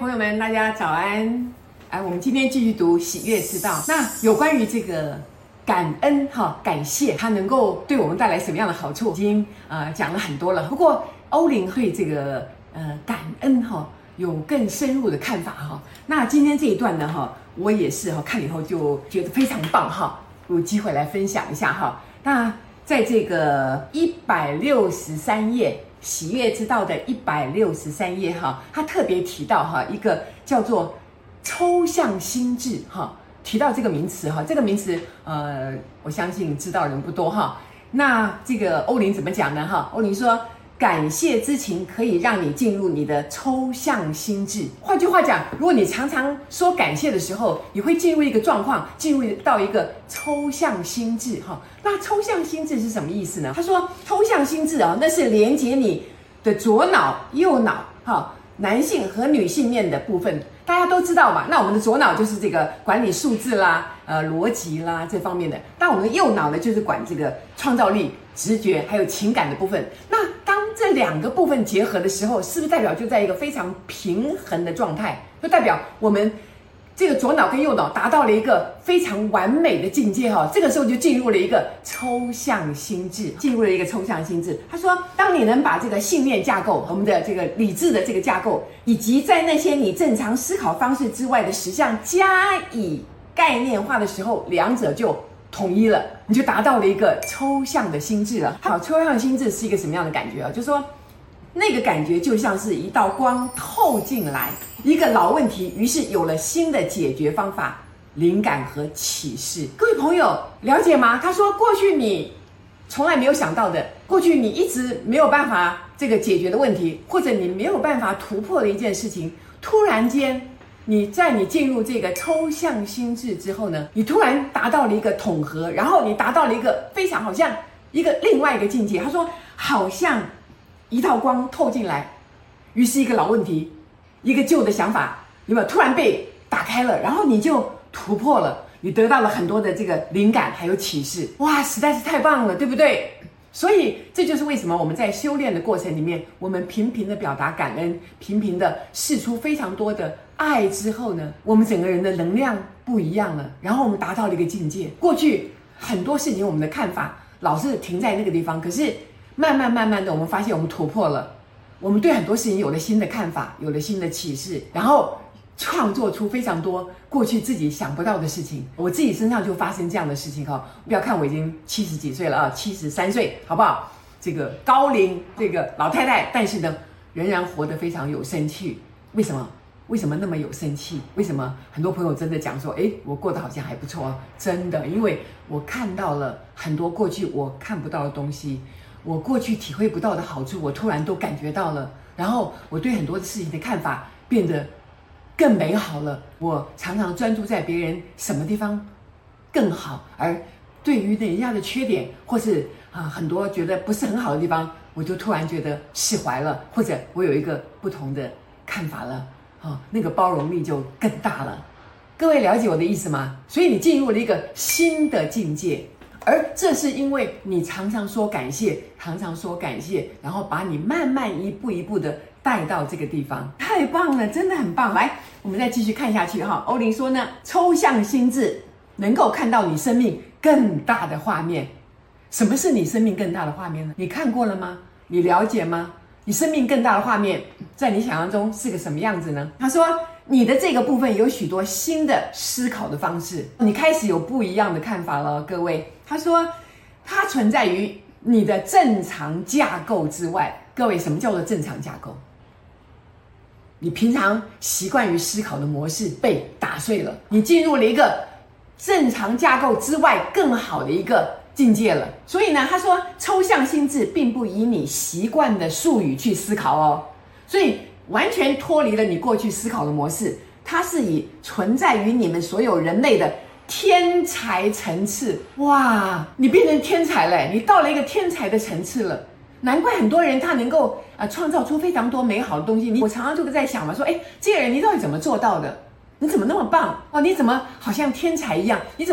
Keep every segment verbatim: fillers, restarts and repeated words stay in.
朋友们，大家早安！哎，我们今天继续读《喜悦之道》。那有关于这个感恩哈，感谢它能够对我们带来什么样的好处，已经呃讲了很多了。不过欧林对这个呃感恩哈有更深入的看法哈。那今天这一段呢哈，我也是哈看了以后就觉得非常棒哈，有机会来分享一下哈。那在这个一百六十三页。喜悦之道的一百六十三页哈，他特别提到哈一个叫做抽象心智哈，提到这个名词哈，这个名词呃，我相信知道人不多哈。那这个欧林怎么讲呢哈？欧林说，感谢之情可以让你进入你的抽象心智。换句话讲，如果你常常说感谢的时候，你会进入一个状况，进入到一个抽象心智哈。那抽象心智是什么意思呢？他说，抽象心智啊，那是连接你的左脑、右脑哈，男性和女性面的部分，大家都知道嘛。那我们的左脑就是这个管理数字啦、呃逻辑啦这方面的，但我们的右脑呢，就是管这个创造力、直觉还有情感的部分。那当这两个部分结合的时候，是不是代表就在一个非常平衡的状态？就代表我们这个左脑跟右脑达到了一个非常完美的境界哈，这个时候就进入了一个抽象心智，进入了一个抽象心智。他说，当你能把这个信念架构、我们的这个理智的这个架构，以及在那些你正常思考方式之外的实相加以概念化的时候，两者就统一了，你就达到了一个抽象的心智了。好，抽象心智是一个什么样的感觉啊？就是说，那个感觉就像是一道光透进来，一个老问题，于是有了新的解决方法、灵感和启示。各位朋友了解吗？他说，过去你从来没有想到的，过去你一直没有办法这个解决的问题，或者你没有办法突破的一件事情，突然间你在你进入这个抽象心智之后呢，你突然达到了一个统合，然后你达到了一个非常好像一个另外一个境界。他说，好像一道光透进来，于是一个老问题、一个旧的想法，有没有突然被打开了，然后你就突破了，你得到了很多的这个灵感还有启示。哇，实在是太棒了，对不对？所以这就是为什么我们在修炼的过程里面，我们频频的表达感恩，频频的释出非常多的爱之后呢，我们整个人的能量不一样了，然后我们达到了一个境界。过去很多事情我们的看法老是停在那个地方，可是慢慢慢慢的我们发现我们突破了，我们对很多事情有了新的看法，有了新的启示，然后创作出非常多过去自己想不到的事情。我自己身上就发生这样的事情哈，不要看我已经七十几岁了啊，七十三岁，好不好？这个高龄这个老太太，但是呢，仍然活得非常有生气。为什么？为什么那么有生气？为什么很多朋友真的讲说，诶，我过得好像还不错啊？真的，因为我看到了很多过去我看不到的东西，我过去体会不到的好处，我突然都感觉到了，然后我对很多的事情的看法变得更美好了。我常常专注在别人什么地方更好，而对于人家的缺点或是啊很多觉得不是很好的地方，我就突然觉得释怀了，或者我有一个不同的看法了，啊，那个包容力就更大了。各位了解我的意思吗？所以你进入了一个新的境界，而这是因为你常常说感谢，常常说感谢，然后把你慢慢一步一步的带到这个地方。太棒了，真的很棒。来，我们再继续看下去哈。欧林说呢，抽象心智能够看到你生命更大的画面。什么是你生命更大的画面呢？你看过了吗？你了解吗？你生命更大的画面在你想象中是个什么样子呢？他说，你的这个部分有许多新的思考的方式，你开始有不一样的看法了。各位，他说它存在于你的正常架构之外。各位，什么叫做正常架构？你平常习惯于思考的模式被打碎了，你进入了一个正常架构之外更好的一个境界了。所以呢，他说抽象心智并不以你习惯的术语去思考哦，所以完全脱离了你过去思考的模式，它是以存在于你们所有人类的天才层次。哇，你变成天才了，你到了一个天才的层次了。难怪很多人他能够呃创造出非常多美好的东西。你我常常就在想嘛，说，哎，这个人你到底怎么做到的？你怎么那么棒哦？你怎么好像天才一样？你怎么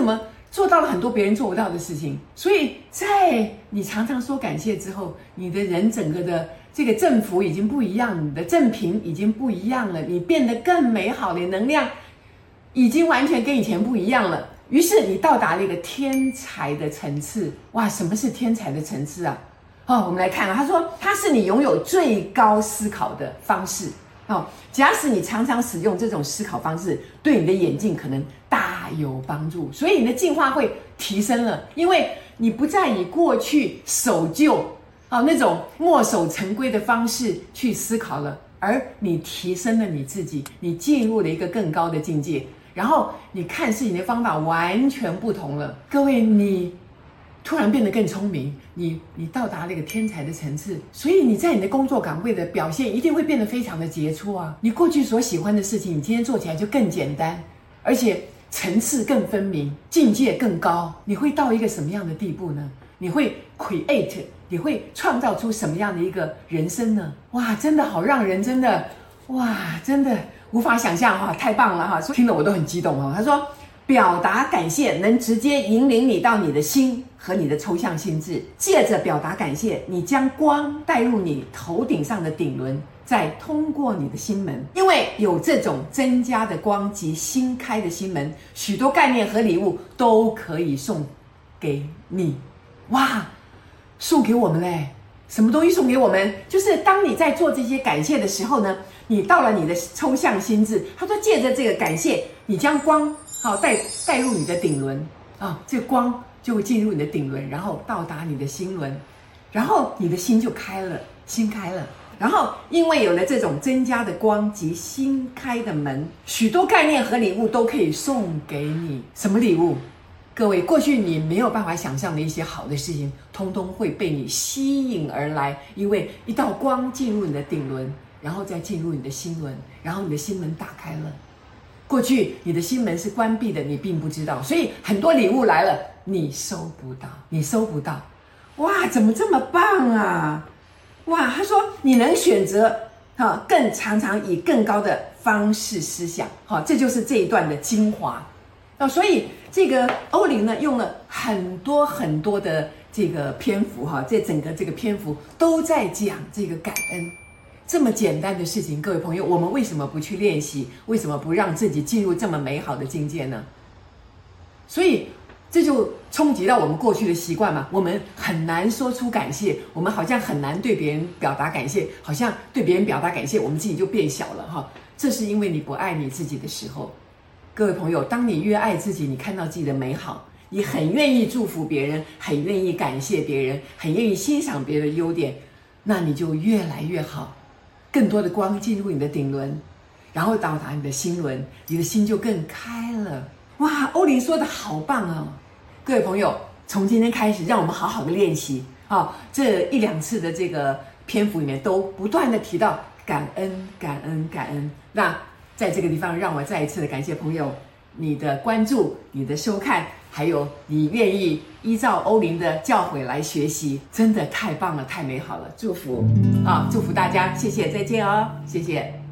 做到了很多别人做不到的事情。所以在你常常说感谢之后，你的人整个的这个振幅已经不一样，你的振频已经不一样了，你变得更美好，你能量已经完全跟以前不一样了。于是你到达了一个天才的层次。哇，什么是天才的层次啊？哦，我们来看啊，他说它是你拥有最高思考的方式。哦，假使你常常使用这种思考方式，对你的眼镜可能大有帮助，所以你的进化会提升了，因为你不再以过去守旧啊、哦、那种墨守成规的方式去思考了，而你提升了你自己，你进入了一个更高的境界，然后你看事情的方法完全不同了。各位，你突然变得更聪明，你你到达了一个天才的层次，所以你在你的工作岗位的表现一定会变得非常的杰出啊！你过去所喜欢的事情，你今天做起来就更简单，而且层次更分明，境界更高。你会到一个什么样的地步呢？你会 create， 你会创造出什么样的一个人生呢？哇，真的好让人真的哇，真的无法想象哈，太棒了哈！听得我都很激动哦。他说，表达感谢能直接引领你到你的心和你的抽象心智，借着表达感谢，你将光带入你头顶上的顶轮，再通过你的心门。因为有这种增加的光及新开的心门，许多概念和礼物都可以送给你。哇，送给我们嘞！什么东西送给我们？就是当你在做这些感谢的时候呢，你到了你的抽象心智。他说，借着这个感谢，你将光好带带入你的顶轮啊，这个光就会进入你的顶轮，然后到达你的心轮，然后你的心就开了，心开了。然后因为有了这种增加的光及新开的门，许多概念和礼物都可以送给你。什么礼物？各位，过去你没有办法想象的一些好的事情，通通会被你吸引而来，因为一道光进入你的顶轮，然后再进入你的心轮，然后你的心门打开了。过去你的心门是关闭的，你并不知道，所以很多礼物来了，你收不到，你收不到。哇，怎么这么棒啊！哇，他说你能选择哈，更常常以更高的方式思想，哈，这就是这一段的精华。啊，所以这个欧林呢，用了很多很多的这个篇幅哈，这整个这个篇幅都在讲这个感恩。这么简单的事情，各位朋友，我们为什么不去练习？为什么不让自己进入这么美好的境界呢？所以这就冲击到我们过去的习惯嘛，我们很难说出感谢，我们好像很难对别人表达感谢，好像对别人表达感谢，我们自己就变小了哈。这是因为你不爱你自己的时候。各位朋友，当你越爱自己，你看到自己的美好，你很愿意祝福别人，很愿意感谢别人，很愿意欣赏别人的优点，那你就越来越好。更多的光进入你的顶轮，然后到达你的心轮，你的心就更开了。哇，欧林说的好棒哦！各位朋友，从今天开始，让我们好好的练习啊、哦！这一两次的这个篇幅里面，都不断的提到感恩、感恩、感恩。那在这个地方，让我再一次的感谢朋友你的关注、你的收看，还有你愿意依照欧林的教诲来学习，真的太棒了，太美好了！祝福啊，祝福大家，谢谢，再见哦，谢谢。